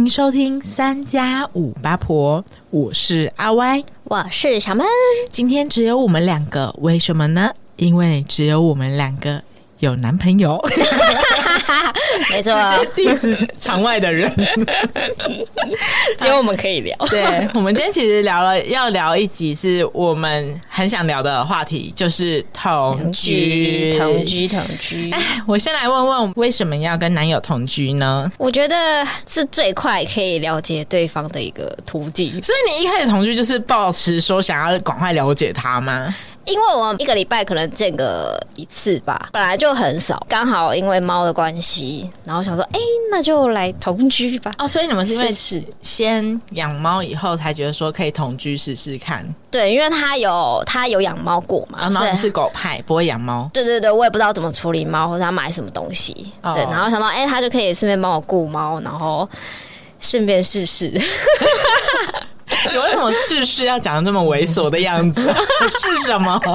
迎收听3+5八婆，我是阿歪， 我是小闷。 今天只有我们两个，为什么呢？因为只有我们两个有男朋友。 没错， 第一次场外的人， 只有我们可以聊。 对，我们今天其实要聊一集是我们很想聊的话题，就是同居。我先来问问，为什么要跟男友同居呢？ 我觉得是最快可以了解对方的一个途径。 所以你一开始同居就是抱持说想要赶快了解他吗？ 因为我们一个礼拜可能见个一次吧，本来就很少，刚好因为猫的关系，然后想说，那就来同居吧。 哦，所以你们是因为先养猫以后才觉得说可以同居试试看？ 对，因为他有养猫过嘛， 然后你是狗派，不会养猫。 对，我也不知道怎么处理猫，或者他买什么东西。哦、对，然后想到，他就可以顺便帮我顾猫，然后顺便试试。 有为什么试试要讲得这么猥琐的样子？是什么？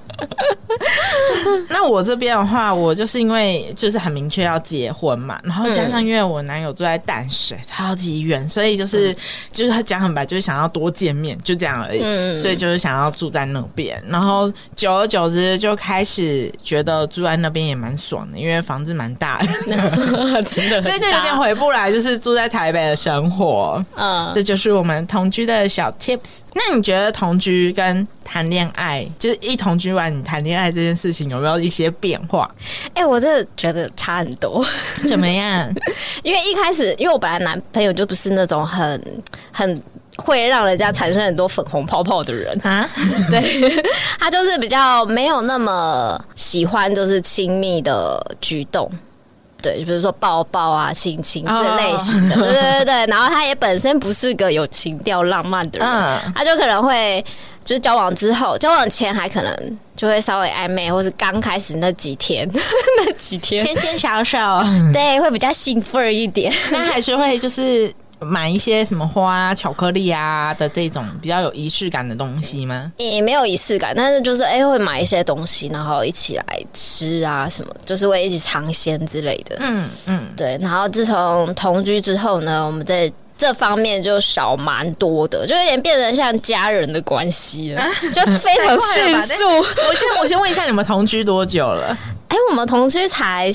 那我这边的话，我就是因为就是很明确要结婚嘛，然后加上因为我男友住在淡水，超级远，所以就是他讲很白，就是想要多见面，就这样而已。所以就是想要住在那边，然后久而久之就开始觉得住在那边也蛮爽的，因为房子蛮大的， 真的， 所以就有点回不来，就是住在台北的生活。这就是我们同居的小 tips。那你觉得同居跟谈恋爱，就是一同居完你谈恋爱这件事情有没有一些变化？ 我真的觉得差很多。 怎么样？ 因为一开始，因为我本来男朋友就不是那种很会让人家产生很多粉红泡泡的人啊，对，他就是比较没有那么喜欢就是亲密的举动。对，比如说抱抱啊、亲亲这类型的，对。然后他也本身不是个有情调、浪漫的人，他就可能会就是交往之后，交往前还可能就会稍微暧昧，或是刚开始那几天， 牵牵小手， 对，会比较兴奋一点。 那还是会就是买一些什么花、巧克力啊的这种比较有仪式感的东西吗？ 也没有仪式感，但是就是会买一些东西，然后一起来吃啊什么，就是会一起尝鲜之类的。对。然后自从同居之后呢，我们在这方面就少蛮多的，就有点变成像家人的关系了，就非常迅速。 我先问一下，你们同居多久了？ 我们同居才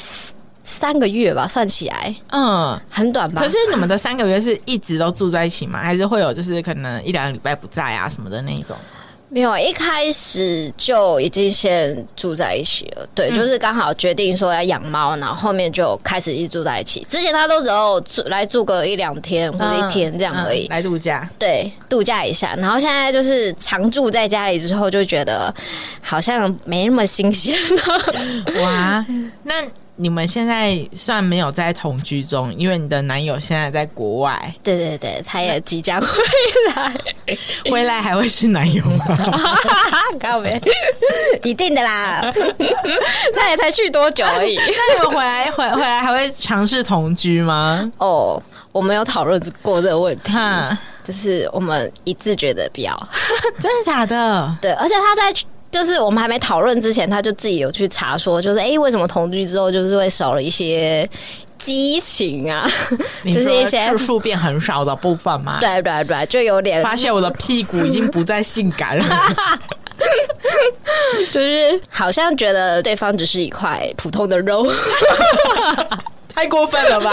3个月吧，算起来，很短吧。 可是你们的3个月是一直都住在一起吗？还是会有就是可能1-2个礼拜不在啊什么的那一种？ 没有，一开始就已经先住在一起了。对，就是刚好决定说要养猫，然后后面就开始一直住在一起。之前他都只有来住个1-2天或者1天这样而已， 来度假。对， 度假一下。然后现在就是常住在家里之后，就觉得好像没那么新鲜了。 哇，那你们现在算没有在同居中，因为你的男友现在在国外。 对，他也即将回来还会是男友吗？ 靠北，一定的啦。他也才去多久而已。 那你们回来还会尝试同居吗？ 我们有讨论过这个问题，就是我们一致觉得不要。 真的假的？ 对，而且他在。就是我们还没讨论之前，他就自己有去查说，就是为什么同居之后就是会少了一些激情啊，就是一些次数变很少的部分嘛。 对，就有点发现我的屁股已经不再性感了。 就是好像觉得对方只是一块普通的肉。 太过分了吧！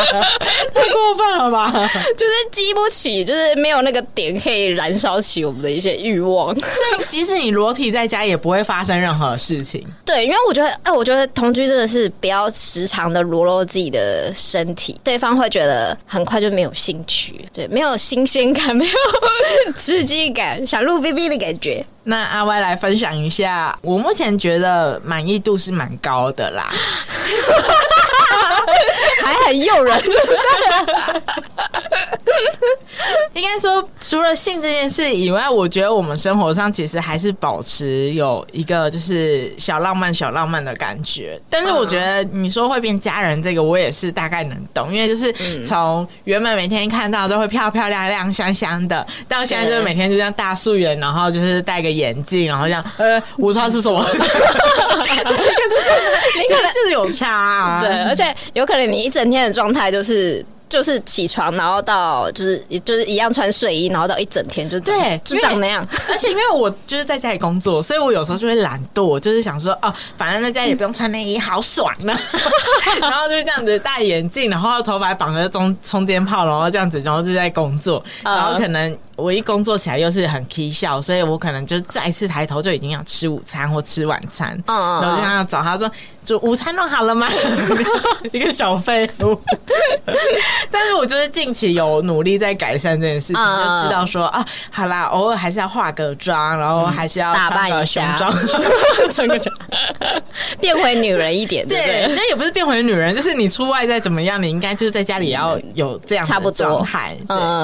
就是激不起，就是没有那个点可以燃烧起我们的一些欲望。 所以即使你裸体在家，也不会发生任何事情。 对，因为我觉得同居真的是不要时常的裸露自己的身体，对方会觉得很快就没有兴趣，对，没有新鲜感，没有刺激感，想录 BB 的感觉。 那阿歪来分享一下，我目前觉得满意度是蛮高的啦。 还很诱人。 应该说除了性这件事以外，我觉得我们生活上其实还是保持有一个就是小浪漫的感觉。但是我觉得你说会变家人这个我也是大概能懂，因为就是从原本每天看到都会漂漂亮亮香香的，到现在就是每天就这样大素颜，然后就是戴个眼镜，然后这样午餐吃什么就是有差啊。 对，而且有可能你一整天的状态就是就是起床，然后到就是一样穿睡衣，然后到一整天就长那样。 而且因为我就是在家里工作，所以我有时候就会懒惰，就是想说哦，反正在家里不用穿内衣，好爽呢。然后就这样子戴眼镜，然后头发绑个充电泡，然后这样子，然后就在工作，然后可能我一工作起来又是很 k 笑，所以我可能就再一次抬头就已经要吃午餐或吃晚餐，然后就要找他说煮午餐弄好了吗？一个小废物。但是我就是近期有努力在改善这件事情，就知道说啊，好啦，偶尔还是要化个妆，然后还是要打扮一下， 穿个裙， 变回女人一点。 对，其实也不是变回女人，就是你出外再怎么样，你应该就是在家里也要有这样的状态。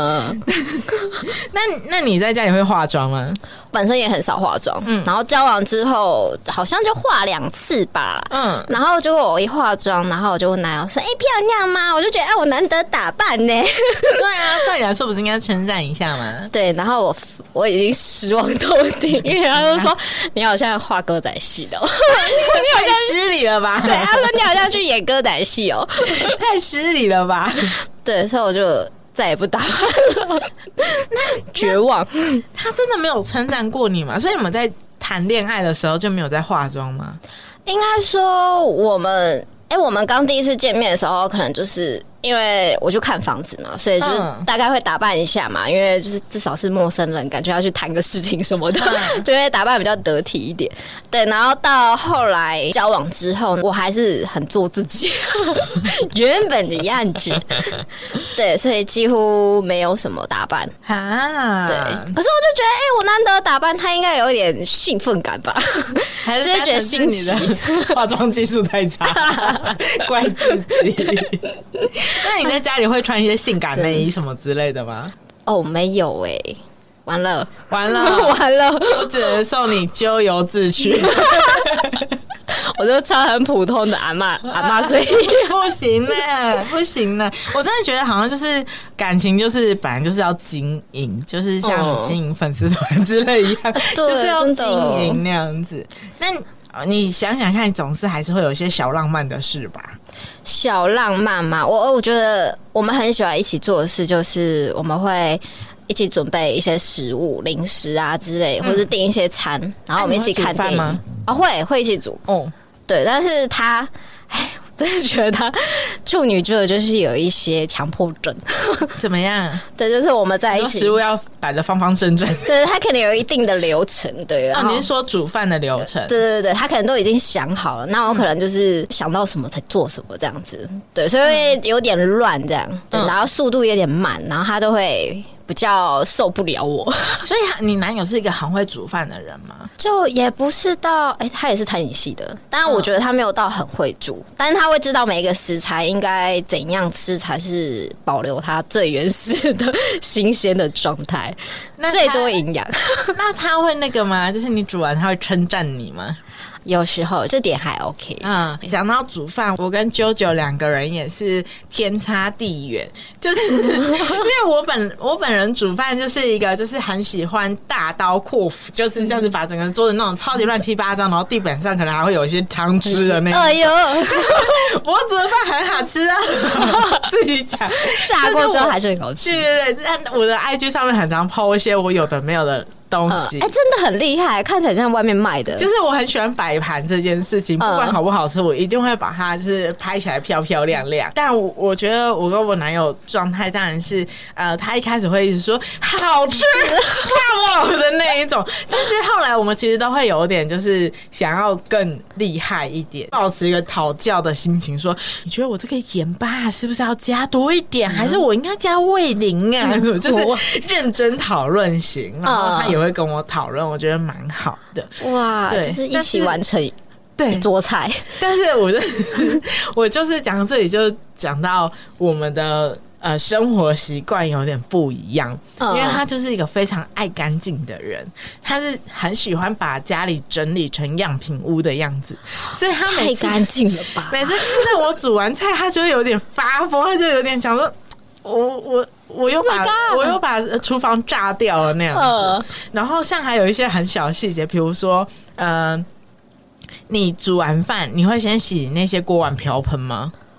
那你在家里会化妆吗？ 本身也很少化妆，然后交往之后好像就化2次吧，然后结果我一化妆，然后我就问男友说：“漂亮吗？”我就觉得我难得打扮呢。 对啊，照理来说不是应该称赞一下吗？ 对，然后我已经失望透顶，因为他就说你好像画歌仔戏的， 太失礼了吧？ 对，他说你好像去演歌仔戏哦， 太失礼了吧？ 对，所以我就再也不打扮了，绝望。 他真的没有称赞过你吗？所以你们在谈恋爱的时候就没有在化妆吗？ 应该说我们刚第一次见面的时候，可能就是因为我去看房子嘛，所以就是大概会打扮一下嘛，因为就是至少是陌生人，感觉要去谈个事情什么的，就会打扮比较得体一点。对，然后到后来交往之后，我还是很做自己原本的样子。对，所以几乎没有什么打扮啊。对，可是我就觉得，我难得打扮，他应该有一点兴奋感吧， 还是就会觉得新奇。 化妆技术太差，怪自己。那你在家里会穿一些性感内衣什么之类的吗？ 哦，没有完了， 我只能送你咎由自取。 我就穿很普通的阿嬷睡衣， 不行了！我真的觉得好像就是感情，就是本来就是要经营，就是像经营粉丝团之类一样，就是要经营那样子。那你想想看，总是还是会有一些小浪漫的事吧？ 小浪漫嘛，我觉得我们很喜欢一起做的事，就是我们会一起准备一些食物、零食啊之类，或者订一些餐，然后我们一起看电影吗？会一起煮对，但是他，真的觉得他处女座就是有一些强迫症。 怎么样？ 对，就是我们在一起， 食物要摆得方方正正。 对，他可能有一定的流程。对， 你是说煮饭的流程？ 对，他可能都已经想好了，那我可能就是想到什么才做什么这样子。对，所以会有点乱这样，然后速度有点慢，然后他都会比较受不了我。 所以你男友是一个很会煮饭的人吗？ 就也不是到他也是餐饮系的，当然我觉得他没有到很会煮，但是他会知道每一个食材应该怎样吃才是保留它最原始的新鲜的状态，最多营养。 那他会那个吗？就是你煮完他会称赞你吗？ 有时候这点还 OK。 讲到煮饭，我跟JoJo两个人也是天差地远，就是因为我本人煮饭就是一个就是很喜欢大刀阔斧，就是这样子把整个桌子弄得超级乱七八糟，然后地板上可能还会有一些汤汁的那种。哎呦，我煮的饭很好吃啊，自己讲， 炸过之后还是很好吃。 对，我的 IG 上面很常 po 一些我有的没有的东西， 真的很厉害，看起来像外面卖的。就是我很喜欢摆盘这件事情，不管好不好吃，我一定会把它就是拍起来漂漂亮亮。但我觉得我跟我男友状态当然是他一开始会一直说好吃太好的那一种，但是后来我们其实都会有点就是想要更厉害一点，保持一个讨教的心情，说你觉得我这个盐巴是不是要加多一点，还是我应该加味淋啊？就是认真讨论型，然后他也会跟我讨论，我觉得蛮好的。 哇，就是一起完成一桌菜。 但是我就是讲到这里，就讲到我们的生活习惯有点不一样，因为他就是一个非常爱干净的人，他是很喜欢把家里整理成样品屋的样子，所以他太干净了吧？ 每次看到我煮完菜，他就会有点发疯，他就有点想说，我又把厨房炸掉了那样子。然后像还有一些很小的细节，比如说你煮完饭，你会先洗那些锅碗瓢盆吗？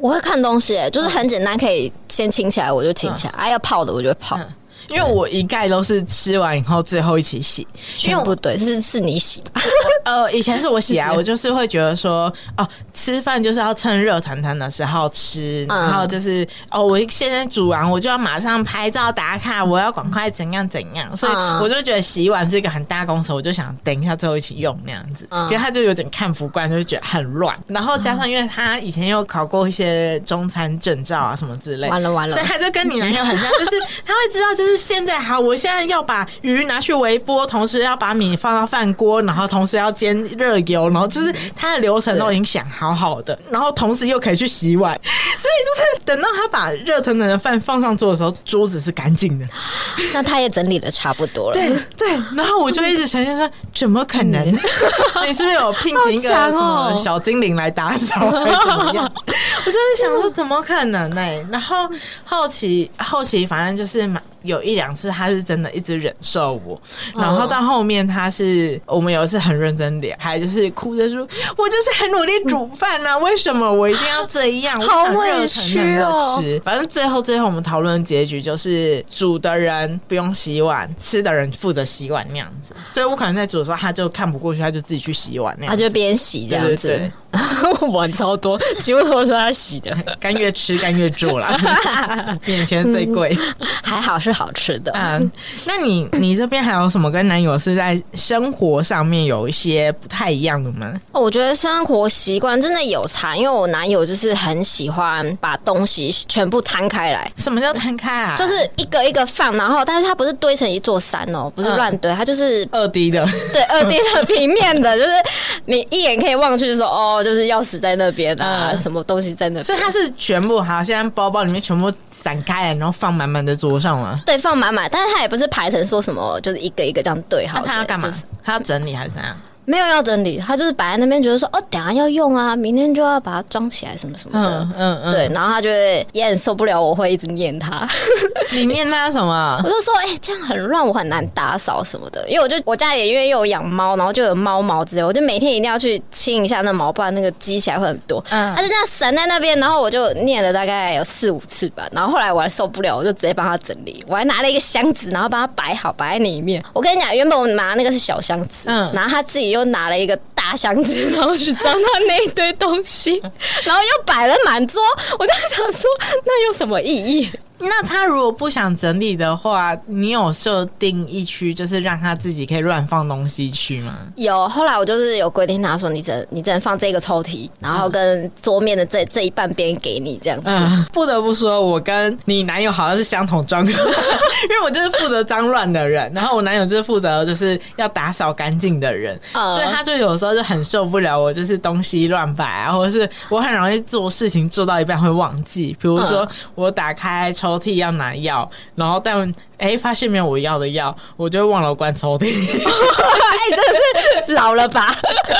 我会看东西，就是很简单，可以先清起来我就清起来，要泡的我就会泡。 因为我一概都是吃完以后最后一起洗， 全部对，是你洗吧？ 以前是我洗啊，我就是会觉得说，吃饭就是要趁热腾腾的时候吃，然后就是我现在煮完我就要马上拍照打卡，我要赶快怎样怎样，所以我就觉得洗碗是一个很大工程，我就想等一下最后一起用那样子，可是他就有点看不惯，就觉得很乱，然后加上因为他以前有考过一些中餐证照啊什么之类， 完了， 所以他就跟你男友很像，就是他会知道就是现在好，我现在要把鱼拿去微波，同时要把米放到饭锅，然后同时要煎热油，然后就是他的流程都已经想好好的，然后同时又可以去洗碗，所以就是等到他把热腾腾的饭放上桌的时候，桌子是干净的， 那他也整理的差不多了。 对，然后我就一直呈现说，怎么可能？你是不是有聘请一个什么小精灵来打扫，还是怎么样？我就是想说，怎么可能呢？然后后期反正就是有一两次他是真的一直忍受我，然后到后面我们有一次很认真聊，还就是哭着说，我就是很努力煮饭啊，为什么我一定要这样？ 好委屈哦。 反正最后我们讨论的结局就是煮的人不用洗碗，吃的人负责洗碗那样子，所以我可能在煮的时候他就看不过去，他就自己去洗碗那样子， 他就边洗这样子。 对碗超多，几乎都是他洗的， 甘越吃甘越做啦，眼前最贵， 还好是好吃的。 那你这边还有什么跟男友是在生活上面有一些不太一样的吗？ 我觉得生活习惯真的有差，因为我男友就是很喜欢把东西全部摊开来。 什么叫摊开啊？ 就是一个一个放，然后但是他不是堆成一座山哦，不是乱堆，他就是 2D 的， 对，2D 的平面的，就是你一眼可以望去就说就是钥匙在那边啊，什么东西在那边， 所以它是全部好，现在包包里面全部散开来，然后放满满的桌上嘛。 对，放满满，但是他也不是排成说什么，就是一个一个这样对好。 那他要干嘛？他要整理还是怎样？ 没有要整理，他就是摆在那边，觉得说等一下要用啊，明天就要把它装起来什么什么的。对，然后他就会也很受不了，我会一直念他。 你念他什么？ 我就说这样很乱，我很难打扫什么的。因为我家里因为又有养猫，然后就有猫毛之类，我就每天一定要去清一下那毛，不然那个积起来会很多。他就这样散在那边，然后我就念了大概有4-5次吧。然后后来我还受不了，我就直接帮他整理。我还拿了一个箱子，然后帮他摆好，摆在里面。我跟你讲，原本我拿那个是小箱子，然后他自己又拿了一个大箱子，然后去装他那一堆东西，然后又摆了满桌。我就想说，那有什么意义？ 那他如果不想整理的话，你有设定一区，就是让他自己可以乱放东西区吗？ 有，后来我就是有规定他说，你只能放这个抽屉，然后跟桌面的这一半边给你这样子。 不得不说，我跟你男友好像是相同状况，因为我就是负责脏乱的人，然后我男友就是负责就是要打扫干净的人，所以他就有时候就很受不了我就是东西乱摆啊，或者是我很容易做事情做到一半会忘记，比如说我打开抽屉要拿药，然后但发现没有我要的药，我就忘了关抽屉。 真的是老了吧？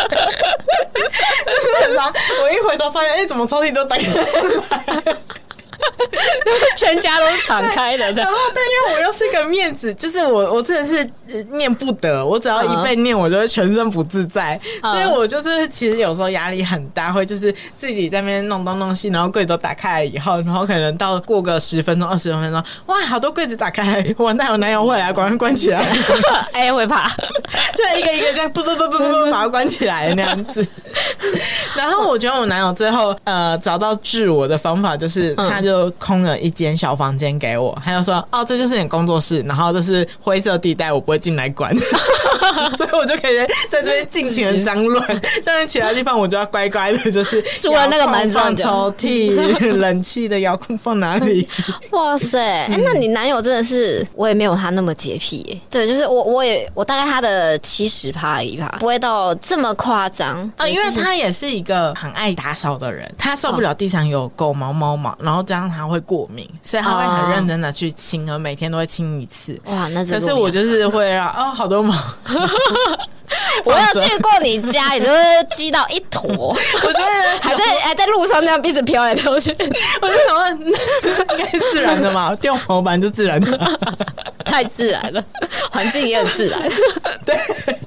就是很常我一回头发现，怎么抽屉都打开。 全家都是敞开的， 然后但因为我又是个面子，就是我真的是念不得，我只要一被念，我就会全身不自在，所以我就是其实有时候压力很大，会就是自己在那边弄东弄西，然后柜子都打开来以后，然后可能到过个10分钟、20分钟，哇，好多柜子打开来，完蛋，我男友会来，赶快关起来。 会怕， 就一个一个这样不把它关起来那样子。然后我觉得我男友最后找到治我的方法，就是他就空了一间小房间给我，他就说这就是你工作室，然后这是灰色地带，我不会进来管。所以我就可以在这边尽情的脏乱，但是其他地方我就要乖乖的，就是除了那个门上抽屉、冷气的遥控放哪里。 哇塞，那你男友真的是，我也没有他那么洁癖耶。对，就是我大概他的70%而已吧，不会到这么夸张。 因为他也是一个很爱打扫的人，他受不了地上有狗毛、猫毛，然后这样他会过敏，所以他会很认真的去清，和每天都会清一次。 哇，那可是我就是会让好多毛。 我有去过你家，也就是积到一坨，我觉得还在路上这样一直飘来飘去。 我就想问，应该是自然的嘛？掉毛板就自然的， 太自然了，环境也很自然。 对。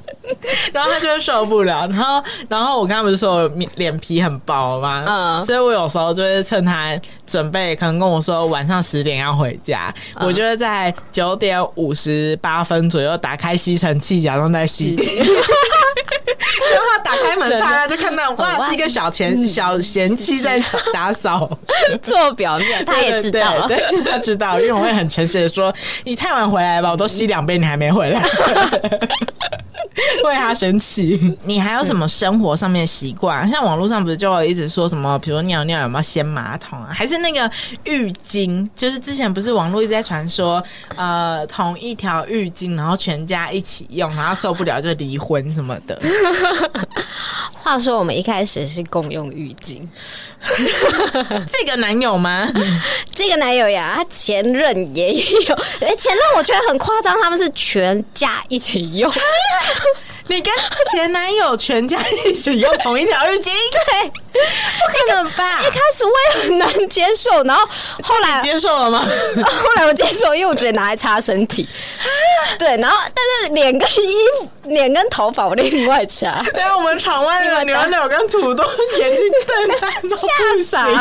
然后他就会受不了，然后我刚刚不是说我脸皮很薄吗？所以我有时候就会趁他准备，可能跟我说晚上10点要回家，我就会在9点58分左右打开吸尘器，假装在吸地。然后他打开门刹那就看到哇，是一个小贤妻在打扫， 做表面，他也知道， 对，他知道，因为我会很诚实的说，你太晚回来吧，我都吸2杯，你还没回来。为他生气。你还有什么生活上面的习惯？像网络上不是就有一直说什么，比如尿尿有没有掀马桶啊？还是那个浴巾？就是之前不是网络一直在传说，同一条浴巾，然后全家一起用，然后受不了就离婚什么的。 话说我们一开始是共用浴巾。 这个男友吗？ 这个男友呀，他前任也有。前任我觉得很夸张，他们是全家一起用。 你跟前男友全家一起用同一条浴巾？ 对， 不可能吧？ 一开始我也很难接受，然后后来接受了吗？ 后来我接受，因为我直接拿来擦身体。对，然后但是脸跟头发我另外擦。 然后我们场外的牛柳跟土豆眼睛瞪大，吓傻。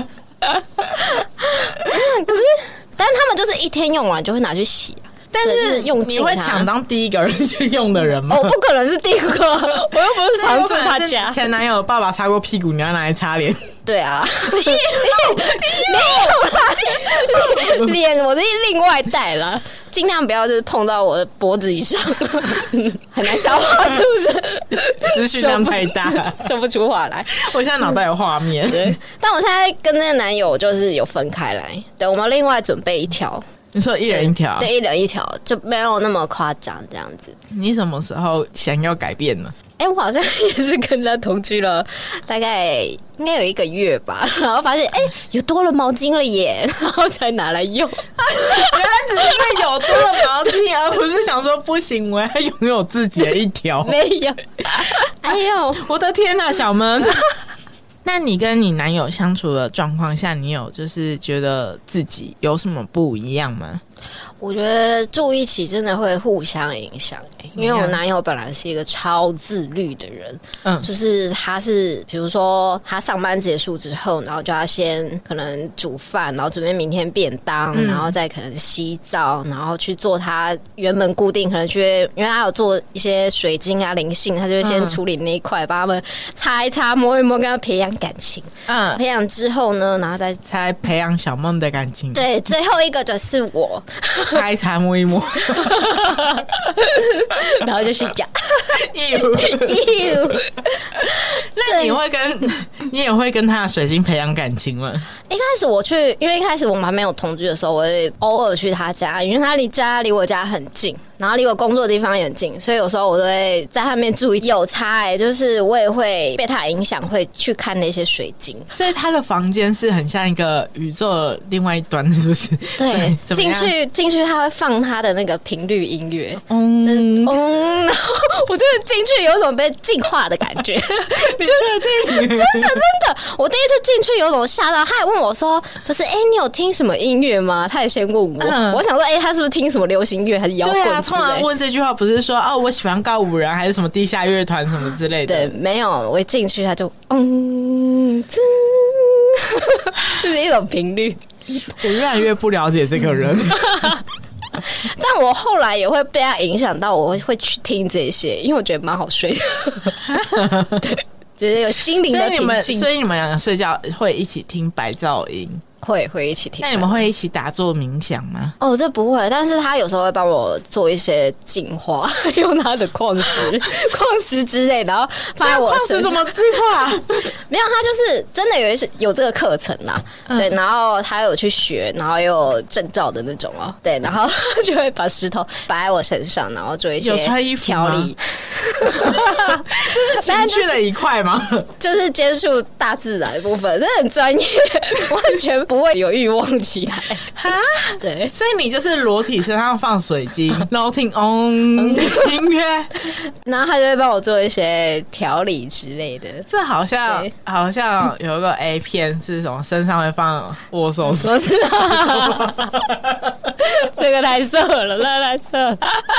可是，但是他们就是一天用完就会拿去洗。 但是你会抢当第一个人去用的人吗？ 我不可能是第一个，我又不是常住他家。 前男友爸爸擦过屁股，你要拿来擦脸？ 对啊，没有啦，脸我是另外带了，尽量不要就是碰到我的脖子以上，很难消化，是不是？ 资讯量太大， 说不出话来。 我现在脑袋有画面， 对，但我现在跟那个男友就是有分开来，对，我们另外准备一条。 你说一人一条？ 对，一人一条，就没有那么夸张这样子。 你什么时候想要改变呢？ 我好像也是跟他同居了，大概应该有1个月吧，然后发现有多了毛巾了耶，然后才拿来用。 原来只是因为有多了毛巾，而不是想说不行，我要拥有自己的一条。 没有，哎呦， 我的天哪，小门。那你跟你男友相处的状况下，你有就是觉得自己有什么不一样吗？ 我觉得住一起真的会互相影响，因为我男友本来是一个超自律的人，就是他是比如说他上班结束之后，然后就要先可能煮饭，然后准备明天便当，然后再可能洗澡，然后去做他原本固定可能去，因为他有做一些水晶啊灵性，他就会先处理那一块，把他们擦一擦摸一摸，跟他培养感情，培养之后呢，然后再才培养小梦的感情。 对，最后一个就是我擦一擦摸一摸然后就睡觉。 那你也会跟他的水晶培养感情吗？ 一开始因为一开始我们还没有同居的时候，我会偶尔去他家，因为他离我家很近，然后离我工作的地方也很近，所以有时候我都会在他那边住。有差就是我也会被他影响，会去看那些水晶。 所以他的房间是很像一个宇宙的另外一端，是不是？ 对，进去他会放他的那个频率音乐，然后我真的进去有种被净化的感觉。 你确定？ 真的，我第一次进去有种吓到，他还问我说，就是你有听什么音乐吗？他也先问我，我想说他是不是听什么流行乐还是摇滚之类？对啊， 通常问这句话不是说我喜欢告五人还是什么地下乐团什么之类的。 对，没有，我一进去他就就是一种频率。 我越来越不了解这个人。 但我后来也会被他影响到，我会去听这些，因为我觉得蛮好睡的。对，觉得有心灵的平静。 所以你们两个睡觉会一起听白噪音？ 会一起听。 那你们会一起打坐冥想吗？ 这不会，但是他有时候会帮我做一些净化，用他的矿石之类的，然后放在我身上。 矿石怎么净化？ 没有，他就是真的有这个课程啦，对，然后他有去学，然后又有证照的那种对，然后就会把石头摆在我身上，然后做一些调理。 这是情趣的一块吗？ 就是接触大自然的部分，这很专业，完全不会有欲望起来。 哈， 对， 所以你就是裸体身上放水晶，然后听音乐， 然后他就会帮我做一些调理之类的。 这好像有一个 A 片是什么，身上会放握手石， 这个太色了，那太色了。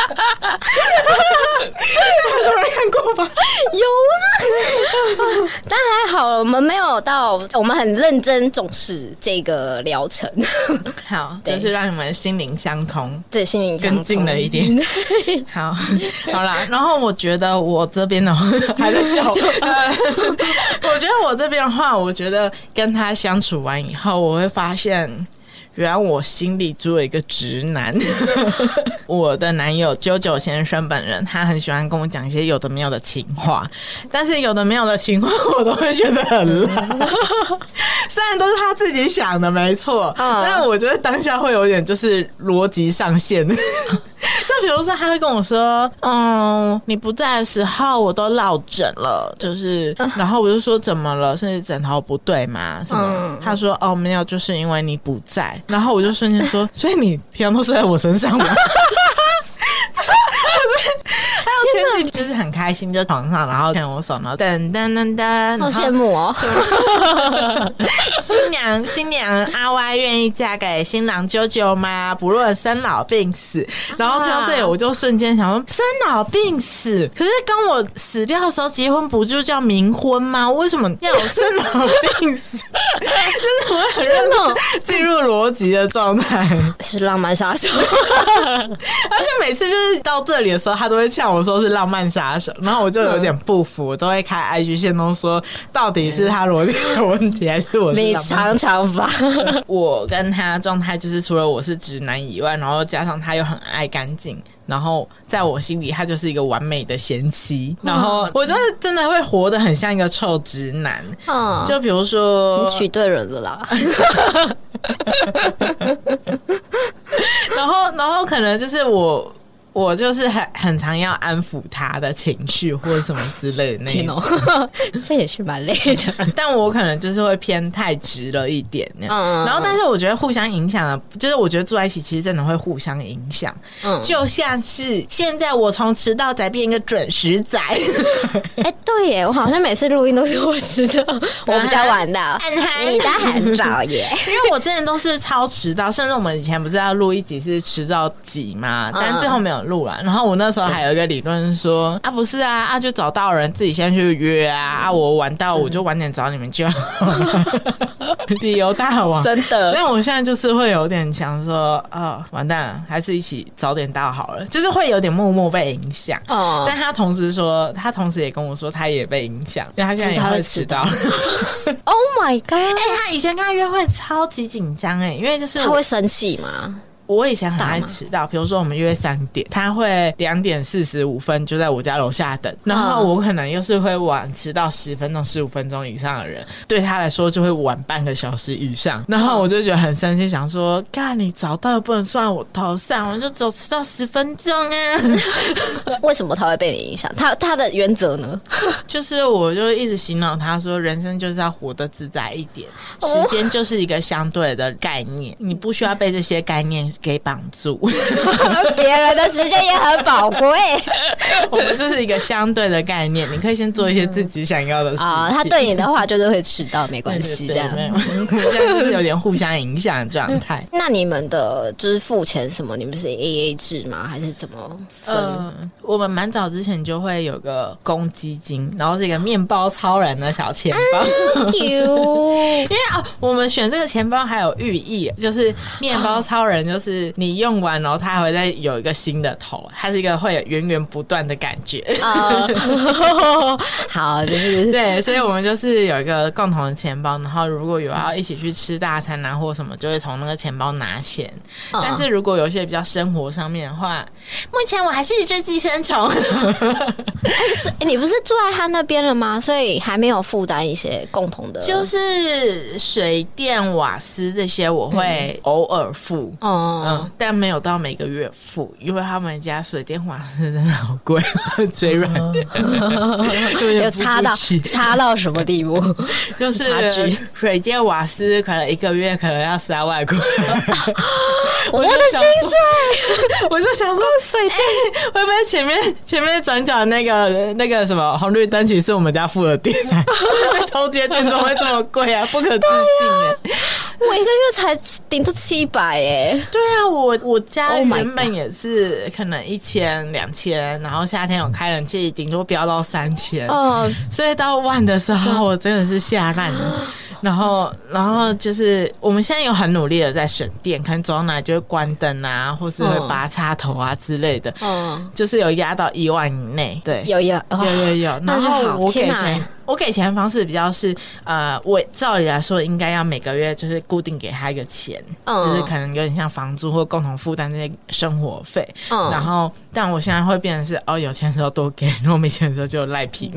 有人看过吧？ 有啊，但还好我们没有到，我们很认真重视这个疗程。 好，就是让你们心灵相通， 对，心灵相通更近了一点。好啦，然后我觉得我这边的话还是小，我觉得我这边的话，我觉得跟他相处完以后，我会发现。原来我心里住了一个直男，我的男友啾先生本人，他很喜欢跟我讲一些有的没有的情话，但是有的没有的情话我都会觉得很烂，虽然都是他自己想的没错，但我觉得当下会有点就是逻辑上线。就比如说他会跟我说你不在的时候我都落枕了，就是然后我就说怎么了，是枕头不对吗什么他说没有，就是因为你不在，然后我就瞬间说所以你平常都睡在我身上吗？就是还有前几就是很开心，就床上然后看我手，然后噔噔噔噔， 好羡慕哦。 新娘阿歪愿意嫁给新郎啾吗？不论生老病死。然后听到这里我就瞬间想说，生老病死，可是跟我死掉的时候结婚不就叫冥婚吗？为什么要有生老病死？就是我很认真进入逻辑的状态， 是浪漫杀手。 而且每次就是到这里的时候，他都会呛我说是浪漫杀手，然后我就有点不服，我都会开 IG 线都说，到底是他逻辑有问题，还是我是浪漫？ 你常常吧。 我跟他的状态就是除了我是直男以外，然后加上他又很爱干净，然后在我心里他就是一个完美的贤妻，然后我就是真的会活得很像一个臭直男。就比如说你娶对人了啦。 然后可能就是我就是很常要安抚他的情绪或者什么之类的那种。 这也是蛮累的。 但我可能就是会偏太直了一点。然后但是我觉得互相影响了，就是我觉得住在一起其实真的会互相影响。就像是现在我从迟到仔变一个准时仔。 对耶，我好像每次录音都是我迟到，我比较晚到，你的很早耶。 因为我之前都是超迟到，甚至我们以前不是要录一集是迟到几嘛，但最后没有录了。然后我那时候还有一个理论说不是啊就找到人自己先去约啊我晚到我就晚点找你们就好。理由大王真的。 但我现在就是会有点想说完蛋了，还是一起早点到好了，就是会有点默默被影响。但他同时也跟我说他也被影响，因为他现在也会迟到。 Oh my god！ 他以前跟他约会超级紧张因为就是他会生气吗？ 我以前很爱迟到，比如说我们约3点，他会2点45分就在我家楼下等，然后我可能又是会晚迟到10分钟、15分钟以上的人，对他来说就会晚半个小时以上，然后我就觉得很生气，想说干你早到又不能算我头上，我就只迟到10分钟啊。 为什么他会被你影响？他的原则呢？ 就是我就一直洗脑他说，人生就是要活得自在一点，时间就是一个相对的概念，你不需要被这些概念给绑住。 别人的时间也很宝贵。 我们就是一个相对的概念，你可以先做一些自己想要的事情。 他对你的话就是会迟到，没关系，这样。 现在就是有点互相影响的状态。 那你们的就是付钱什么？你们是 AA 制吗？还是怎么分？ 我们蛮早之前就会有个公积金，然后是一个面包超人的小钱包。因为我们选这个钱包还有寓意，就是面包超人就是你用完然后它还会再有一个新的头，它是一个会有源源不断的感觉。 好，就是对，所以我们就是有一个共同的钱包，然后如果有要一起去吃大餐啊或什么，就会从那个钱包拿钱。但是如果有些比较生活上面的话，目前我还是一只寄生虫。 你不是住在他那边了吗？所以还没有负担一些共同的， 就是水电瓦斯这些我会偶尔付。 但没有到每个月付，因为他们家水电瓦斯真的好贵，嘴软， 有差到什么地步？ 就是水电瓦斯可能一个月可能要3万块， 我的心碎。 我就想说，水电会不会前面转角那个什么红绿灯，其实是我们家付的电，偷接电怎么会这么贵啊？不可置信耶！ 我一个月才顶多700耶。 对啊，我家原本也是可能1000、2000，然后夏天有开冷气，顶多飙到3000，所以到10000的时候，我真的是吓烂了。然后就是我们现在有很努力的在省电，可能走到哪就会关灯啊，或是会拔插头啊之类的，就是有压到1万以内。对，有。然后我给钱的方式比较是，我照理来说应该要每个月就是固定给他一个钱，就是可能有点像房租或共同负担这些生活费。然后，但我现在会变成是有钱的时候多给，如果没钱的时候就赖皮。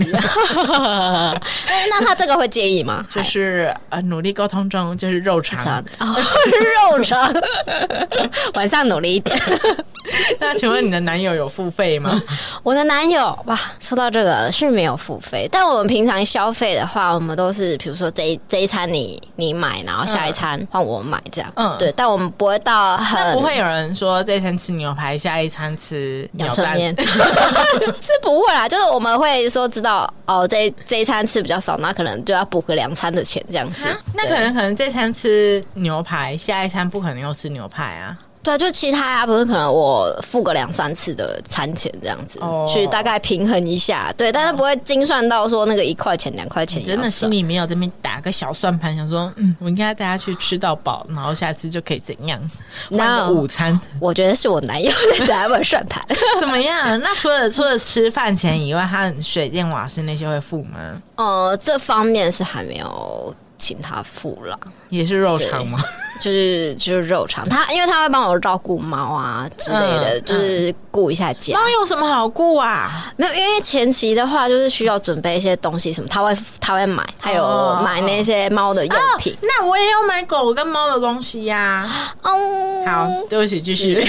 那他这个会介意吗？ 就是努力沟通中，就是肉偿。 肉偿，晚上努力一点。 那请问你的男友有付费吗？ 我的男友哇，说到这个是没有付费，但我们平常消费的话，我们都是比如说这一餐你买，然后下一餐换我买这样。对，但我们不会到很。 那不会有人说这一餐吃牛排，下一餐吃鸟蛋面， 是不会啦。就是我们会说知道这一餐吃比较少，那可能就要补个2餐的钱这样子。 那可能这餐吃牛排，下一餐不可能又吃牛排啊。 对，就其他不是可能我付个2-3次的餐钱这样子，去大概平衡一下。对，但是不会精算到说那个1块钱2块钱。 真的心里没有这边打个小算盘，想说我应该带他去吃到饱，然后下次就可以怎样换个午餐。 我觉得是我男友在打我算盘。 怎么样？那除了吃饭钱以外，他水电瓦斯那些会付吗？ 这方面是还没有请他付啦。 也是肉偿吗？ 就是肉偿，因为他会帮我照顾猫啊之类的，就是顾一下家。 猫有什么好顾啊？ 没有，因为前期的话就是需要准备一些东西，什么他会买，还有买那些猫的用品。 那我也要买狗跟猫的东西呀。好，对不起，继续。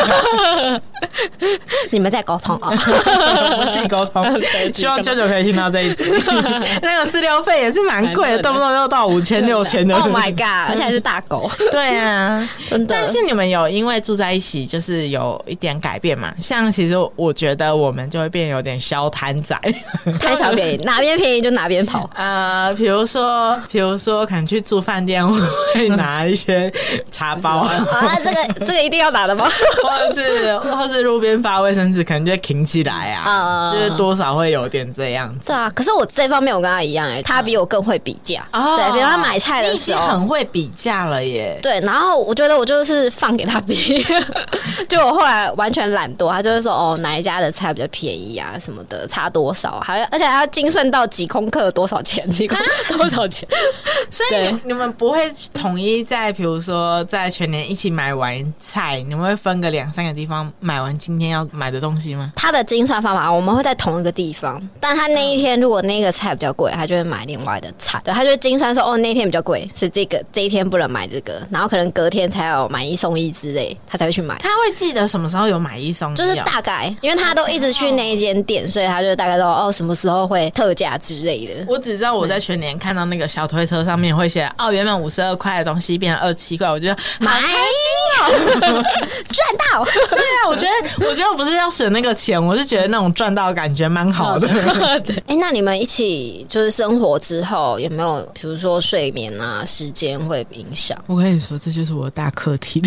你们在沟通啊？ 我自己沟通。希望舅舅可以听到这一集。那个饲料费也是蛮贵的，动不动就到5000、6000的。 Oh my god！ 而且还是大狗。 对啊， 真的。 但是你们有因为住在一起，就是有一点改变嘛？像其实我觉得我们就会变有点消摊仔， 贪小便宜，哪边便宜就哪边跑。 比如说可能去住饭店会拿一些茶包这个一定要拿的吗？ 或是路边发卫生纸，可能就会挺起来啊，就是多少会有点这样子。 对啊，可是我这方面我跟他一样他比我更会比价。对，比如他买菜的时候， 你已经很会比价了耶。 对，然后我觉得我就是放给他比，就我后来完全懒惰，他就会说哪一家的菜比较便宜啊什么的，差多少，而且还要精算到几公克多少钱，多少钱。 所以你们不会统一在比如说在全年一起买完菜，你们会分个2-3个地方买完今天要买的东西吗？ 他的精算方法我们会在同一个地方，但他那一天如果那个菜比较贵，他就会买另外的菜。对，他就会精算说那一天比较贵，所以这一天不能买这个，然后可能隔天才有买1送1之类，他才会去买。 他会记得什么时候有买1送1， 就是大概，因为他都一直去那一间店，所以他就大概知道什么时候会特价之类的。 我只知道我在全年看到那个小推车上面会写原本52块的东西变成27块，我觉得好开心赚到。 对啊，我觉得我不是要省那个钱，我是觉得那种赚到的感觉蛮好的。 那你们一起就是生活之后，有没有比如说睡眠啊时间会影响？ 我跟你说，这就是我的大课题。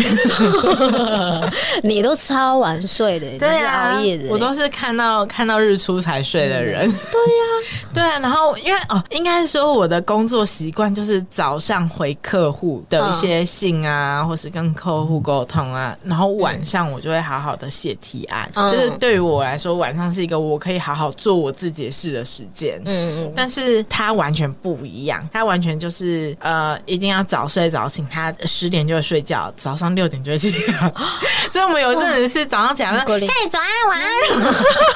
你都超晚睡的，你是熬夜的， 我都是看到日出才睡的人。对啊，然后因为应该说我的工作习惯就是早上回客户的一些信啊，或是跟客户沟通啊，然后晚上我就会好好的写提案。就是对于我来说，晚上是一个我可以好好做我自己的事的时间。但是他完全不一样，他完全就是一定要早睡早醒，他10点就会睡觉，早上6点就会起床。所以我们有一阵子是早上起来说：“嘿，早安，晚安。”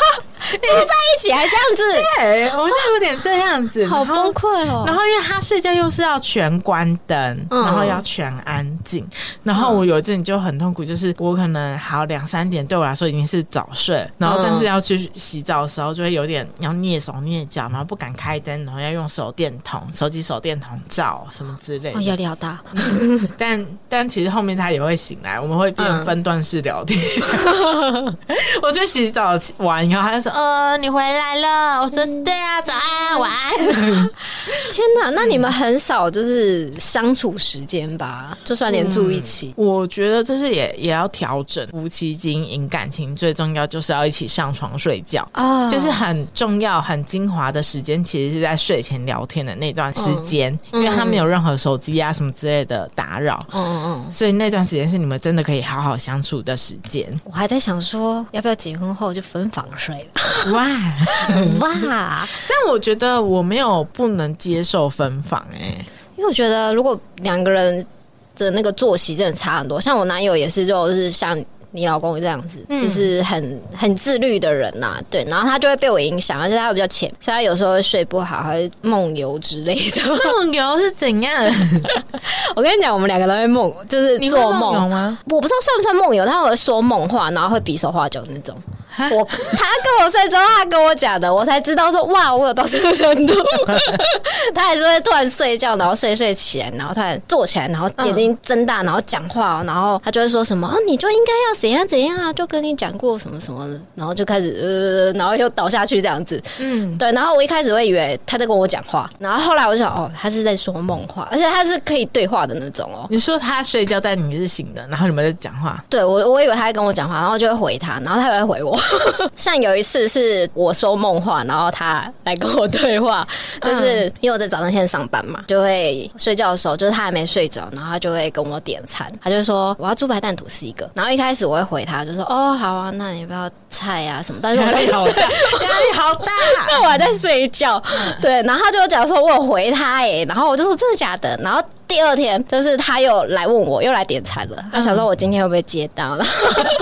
在一起还这样子， 对，我就有点这样子， 好崩溃哦。 然后因为他睡觉又是要全关灯，然后要全安静，然后我有一阵就很痛苦，就是我可能好2-3点对我来说已经是早睡，然后但是要去洗澡的时候就会有点要蹑手蹑脚，然后不敢开灯，然后要用手机手电筒照什么之类的， 压力好大。 但其实后面他也会醒来，我们会变分段式聊天。我就洗澡完以后，他就说你回来了，我说对啊，早安晚安。 天哪，那你们很少就是相处时间吧？就算连住一起， 我觉得这是也要调整。夫妻经营感情最重要就是要一起上床睡觉啊，就是很重要很精华的时间，其实是在睡前聊天的那段时间，因为他没有任何手机啊什么之类的打扰，所以那段时间是你们真的可以好好相处的时间。 我还在想说，要不要结婚后就分房睡了？ 哇哇！ 但我觉得我没有不能接受分房因为我觉得如果2个人的那个作息真的差很多，像我男友也是，就是像你老公这样子，就是很自律的人呐，对，然后他就会被我影响，而且他比较浅，所以他有时候会睡不好，还会梦游之类的。 梦游是怎样？ 我跟你讲，我们2个都会梦，就是做梦吗？ 我不知道算不算梦游，他会说梦话，然后会比手画脚那种。他跟我睡之后，他跟我讲的，我才知道说哇，我有到这个程度。他还是会突然睡觉，然后睡起来，然后突然坐起来，然后眼睛睁大，然后讲话，然后他就会说什么你就应该要怎样怎样啊，就跟你讲过什么什么的，然后就开始然后又倒下去这样子。对，然后我一开始会以为他在跟我讲话，然后后来我就想他是在说梦话，而且他是可以对话的那种你说他睡觉，但你是醒的，然后你们在讲话？ 对，我以为他在跟我讲话，然后就会回他，然后他也会回我。像有一次是我说梦话，然后他来跟我对话，就是因为我在早上先上班嘛，就会睡觉的时候，就是他还没睡着，然后他就会跟我点餐，他就说我要猪排蛋吐司1个，然后一开始我会回他，就说好啊，那你要不要菜啊什么？但是我在压力好大， 那我还在睡觉，对，然后他就讲说我有回他然后我就说真的假的，然后第2天就是他又来问我，又来点餐了，他想说我今天会不会接到了，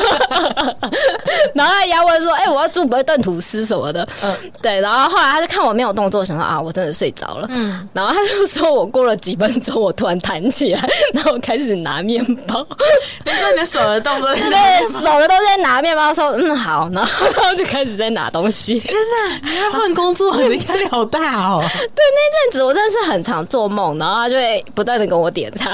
然后他也要问说我要猪排蛋吐司什么的，对，然后后来他就看我没有动作，想说我真的睡着了，然后他就说我过了几分钟我突然弹起来，然后我开始拿面包， 你说你的手的动作， 对对，手的都在拿面包，说好，然后就开始在拿东西。 天哪，你要换工作，你的压力好大哦。 对，那阵子我真的是很常做梦，然后他就会不断的跟我点餐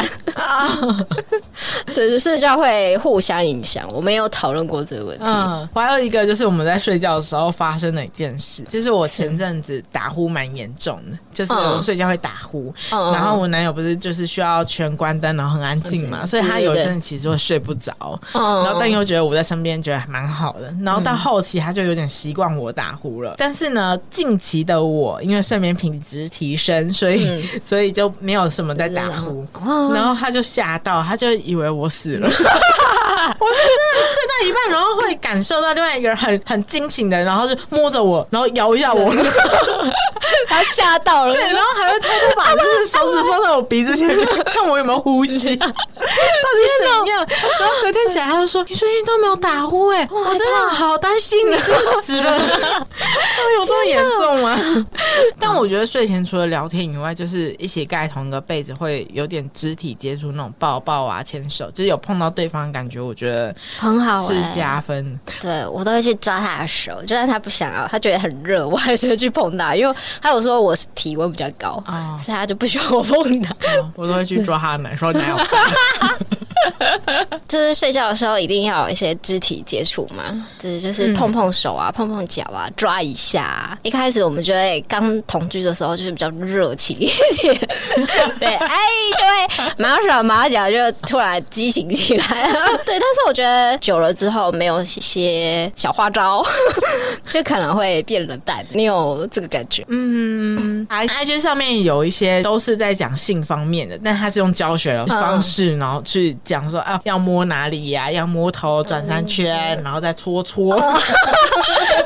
对，睡觉会互相影响，我没有讨论过这个问题。 我还有一个就是我们在睡觉的时候发生的一件事，就是我前阵子打呼蛮严重的，就是我睡觉会打呼，然后我男友不是就是需要全关灯，然后很安静嘛，所以他有一阵其实会睡不着，然后但又觉得我在身边觉得还蛮好的，然后到后期他就有点习惯我打呼了，但是呢近期的我因为睡眠品质提升，所以就没有什么在打呼，然后他就吓到，他就以为我死了。我是真的睡到一半，然后会感受到另外一个人很惊醒的，然后就摸着我，然后摇一下我， 他吓到了， 对，然后还会偷偷把就是手指放在我鼻子前面，看我有没有呼吸，到底怎样？然后隔天起来，他就说：“你最近都没有打呼我真的好担心你是不是死了，有这么严重吗？”但我觉得睡前除了聊天以外，就是一起盖同一个被子，会有点肢体接触，那种抱抱啊、牵手，就是有碰到对方的感觉，我觉得很好， 是加分。 对，我都会去抓他的手，就算他不想要，他觉得很热，我还是会去碰他，因为他有说我体温比较高，所以他就不喜欢我碰他。 我都会去抓他的奶，说奶有就是睡觉的时候一定要有一些肢体接触嘛，就是碰碰手啊、碰碰脚啊、抓一下。一开始我们觉得刚同居的时候就是比较热情一点，对，就会毛手毛脚就突然激情起来了。对，但是我觉得久了之后没有一些小花招，就可能会变冷淡。你有这个感觉？ IG 上面有一些都是在讲性方面的，但他是用教学的方式，然后去讲说要摸哪里呀，要摸头转3圈，然后再搓，就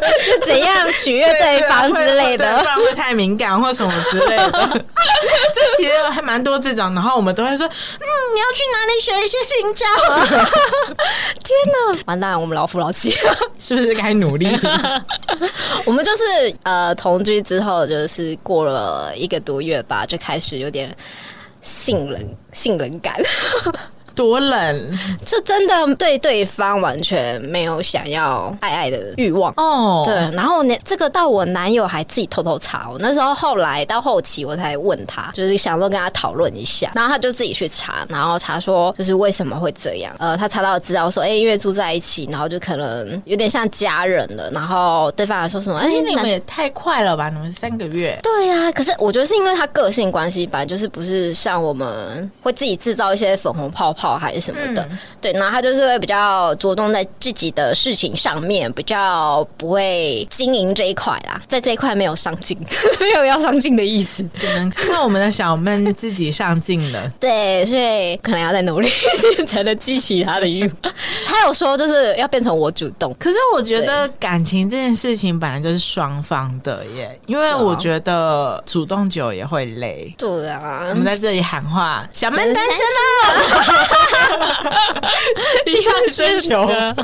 怎样取悦对方之类的， 不然会太敏感或什么之类的。就其实还蛮多这种，然后我们都会说，你要去哪里学一些新招？ 天哪，完蛋，我们老夫老妻， 是不是该努力？ 我们就是同居之后，就是过了1个多月吧，就开始有点性冷感。 多冷， 就真的对对方完全没有想要爱的欲望哦。对，然后这个到我男友还自己偷偷查，我那时候后来到后期我才问他，就是想说跟他讨论一下，然后他就自己去查，然后查说就是为什么会这样。他查到资料说，因为住在一起，然后就可能有点像家人了，然后对方来说什么， 你们也太快了吧，你们3个月。 对啊，可是我觉得是因为他个性关系，本来就是不是像我们会自己制造一些粉红泡泡还是什么的，对，然后他就是会比较着重在自己的事情上面，比较不会经营这一块啦，在这一块没有上进，没有要上进的意思， 只能看我们的小妹自己上进了。 对，所以可能要再努力才能激起他的欲望。他有说就是要变成我主动， 可是我觉得感情这件事情本来就是双方的耶，因为我觉得主动久也会累。 对啊， 我们在这里喊话，小妹单身了。一上升球，还没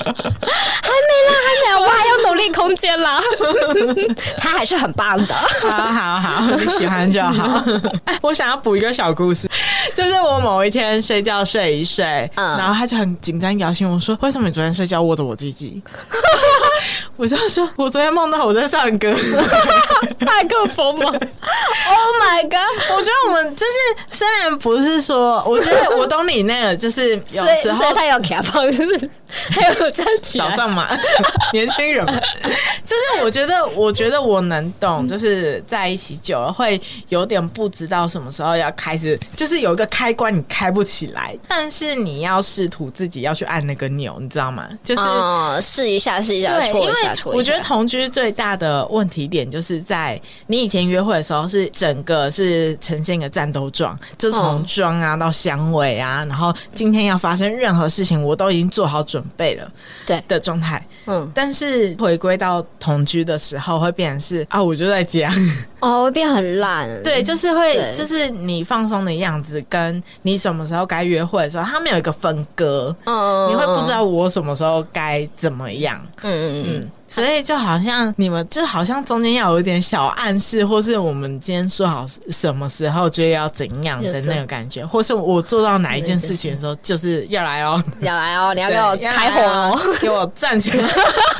啦，我还有努力空间啦。他还是很棒的。 好，你喜欢就好。我想要补一个小故事，就是我某一天睡觉睡一睡，然后他就很紧张摇醒我说：“为什么你昨天睡觉握着我鸡鸡？”我就说：“我昨天梦到我在唱歌。” 麦克风吗 ？Oh my god！ 我觉得我们就是虽然不是说，我觉得我懂你那个，就是有时候所以他有卡胖，是不是？还有站起来早上嘛，年轻人嘛，就是我觉得我能懂，就是在一起久了会有点不知道什么时候要开始，就是有一个开关你开不起来，但是你要试图自己要去按那个钮，你知道吗？就是试一下，搓一下。 因为我觉得同居最大的问题点就是在你以前约会的时候是整个是呈现一个战斗状，就从妆啊到香味啊，然后今天要发生任何事情我都已经做好准备了，对的状态。但是回归到同居的时候会变成是我就在家会变很烂。对， 就是会就是你放松的样子跟你什么时候该约会的时候，他们有一个分割，你会不知道我什么时候该怎么样。所以就好像你们就好像中间要有一点小暗示，或是我们今天说好什么时候就要怎样的那个感觉，或是我做到哪一件事情的时候就是要来哦， 要来哦，你要给我开火哦， 给我站起来，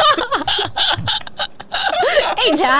硬桥。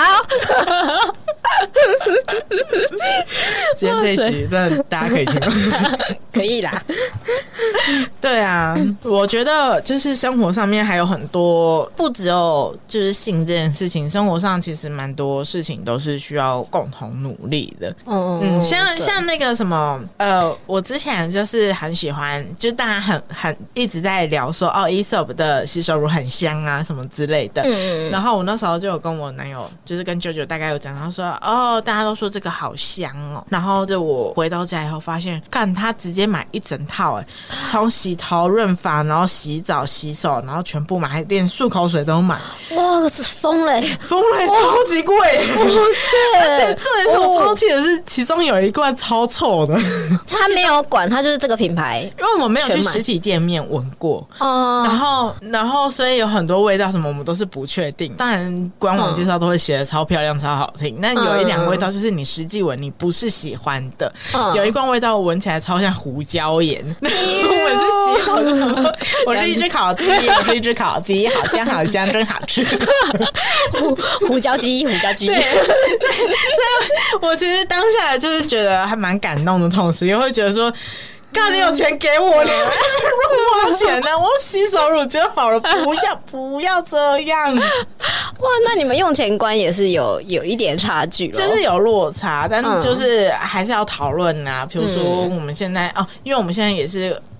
今天这一集真的大家可以听吗？ 可以啦。 对啊，我觉得就是生活上面还有很多，不只有就是性这件事情，生活上其实蛮多事情都是需要共同努力的。像那个什么我之前就是很喜欢，就大家很一直在聊说Aesop 的洗手乳很香啊什么之类的。然后我那时候就有跟我男友，就是跟舅舅大概有讲，他说大家都说这个好香哦。然后就我回到家以后发现，干他直接买一整套从洗头、润发，然后洗澡、洗手，然后全部买，连漱口水都买。 哇，这疯了， 超级贵！哇塞！而且这里我超气的是，其中有一罐超臭的。 他没有管，他就是这个品牌， 因为我没有去实体店面闻过。然后所以有很多味道什么我们都是不确定。当然官网介绍都会写的超漂亮、超好听，但有一两个味道就是你实际闻你不是喜欢的。有一罐味道闻起来超像胡椒盐。我是喜欢的，我是一只烤鸡，好香好香，真好吃。 胡椒鸡。对， 所以我其实当下就是觉得还蛮感动的，同时也会觉得说，干你有钱给我，你乱花钱呢？我洗手乳就好了，不要这样。 哇，那你们用钱观也是有一点差距， 就是有落差，但是就是还是要讨论啊。比如说我们现在因为我们现在也是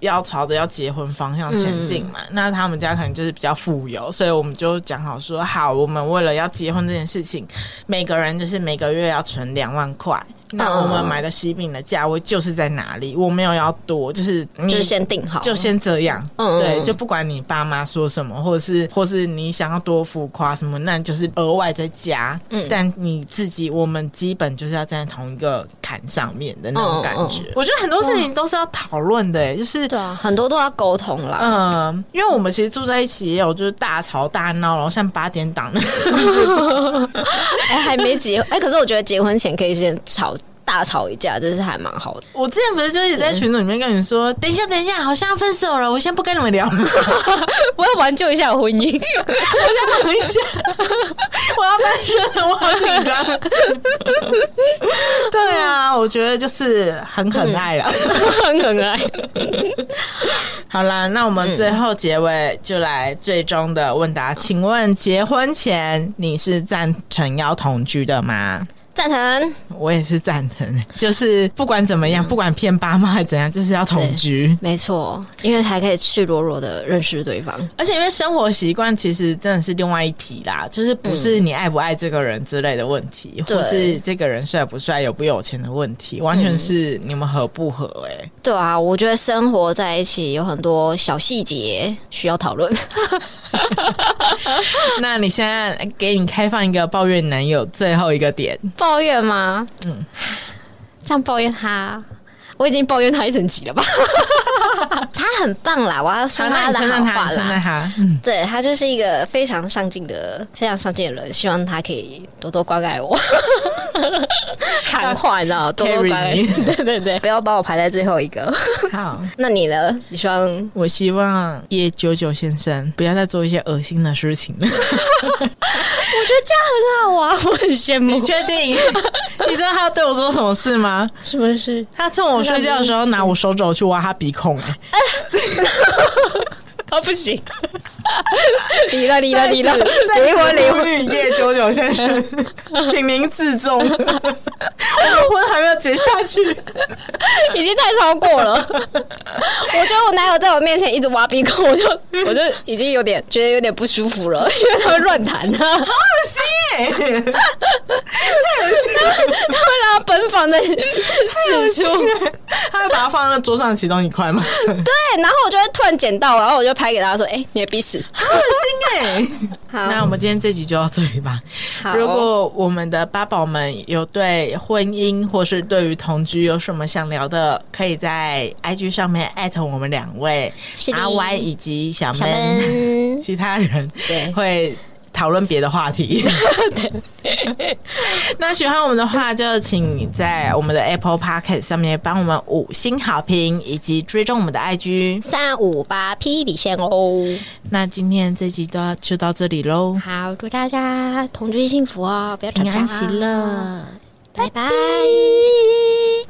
要朝着要结婚方向前进嘛，那他们家可能就是比较富有，所以我们就讲好说，好，我们为了要结婚这件事情，每个人就是每个月要存2万块。那我们买的喜饼的价位就是在哪里，我没有要多，就是先定好， 就先这样。对，就不管你爸妈说什么，或是你想要多浮夸什么，那就是额外再加。但你自己，我们基本就是要站在同一个坎上面的那种感觉。我觉得很多事情都是要讨论的，就是对啊，很多都要沟通啦。 因为我们其实住在一起也有就是大吵大闹，然后像8点档的。 还没结可是我觉得结婚前可以先大吵一架，这是还蛮好的。 我之前不是就一直在群组里面跟你们说，等一下，好像要分手了，我先不跟你们聊了， 我要挽救一下婚姻， 我先等一下，我要单身了，我好紧张。对啊，我觉得就是很可爱啦， 很可爱。 好啦，那我们最后结尾就来最终的问答，请问结婚前你是赞成要同居的吗？ 赞成， 我也是赞成，就是不管怎么样，不管骗爸妈还是怎样，就是要同居， 没错，因为才可以赤裸裸的认识对方， 而且因为生活习惯其实真的是另外一题啦，就是不是你爱不爱这个人之类的问题，或是这个人帅不帅、有不有钱的问题，完全是你们合不合对啊，我觉得生活在一起有很多小细节需要讨论。 那你现在给你开放一个抱怨男友最后一个点， 抱怨吗？这样抱怨他，我已经抱怨他一整集了吧？他很棒啦，我要说他的好话啦。 称赞他， 对，他就是一个非常上进的人，希望他可以多多关爱我。喊话你知道，多多关爱，对，不要把我排在最后一个。 好， 那你呢？你希望？ 我希望叶99先生不要再做一些恶心的事情了。 我觉得这样很好啊，我很羡慕。 你确定？你知道他要对我做什么事吗？ 什么事？ 他趁我睡觉的时候拿我手肘去挖他鼻孔。 不行，离了，离婚， 叶99先生，请您自重，我的婚还没有结下去， 已经太超过了。我觉得我男友在我面前一直挖鼻孔，我就已经觉得有点不舒服了，因为他会乱弹啊，好恶心太恶心了， 他会让他奔放在四处， 他会把它放在桌上的其中一块吗？ 对，然后我就会突然捡到，然后我就拍给他说：“你的鼻屎， 好恶心好，那我们今天这集就到这里吧。如果我们的八宝们有对婚姻或是对于同居有什么想聊的，可以在 IG 上面@我们2位阿 Y 以及小闷，其他人会讨论别的话题。那喜欢我们的话，就请在我们的 Apple Podcast 上面帮我们5星好评，以及追踪我们的 IG 358P 底线哦。 那今天这集就到这里喽。 好，祝大家同居幸福哦，不要吵架， 平安喜乐， 拜拜。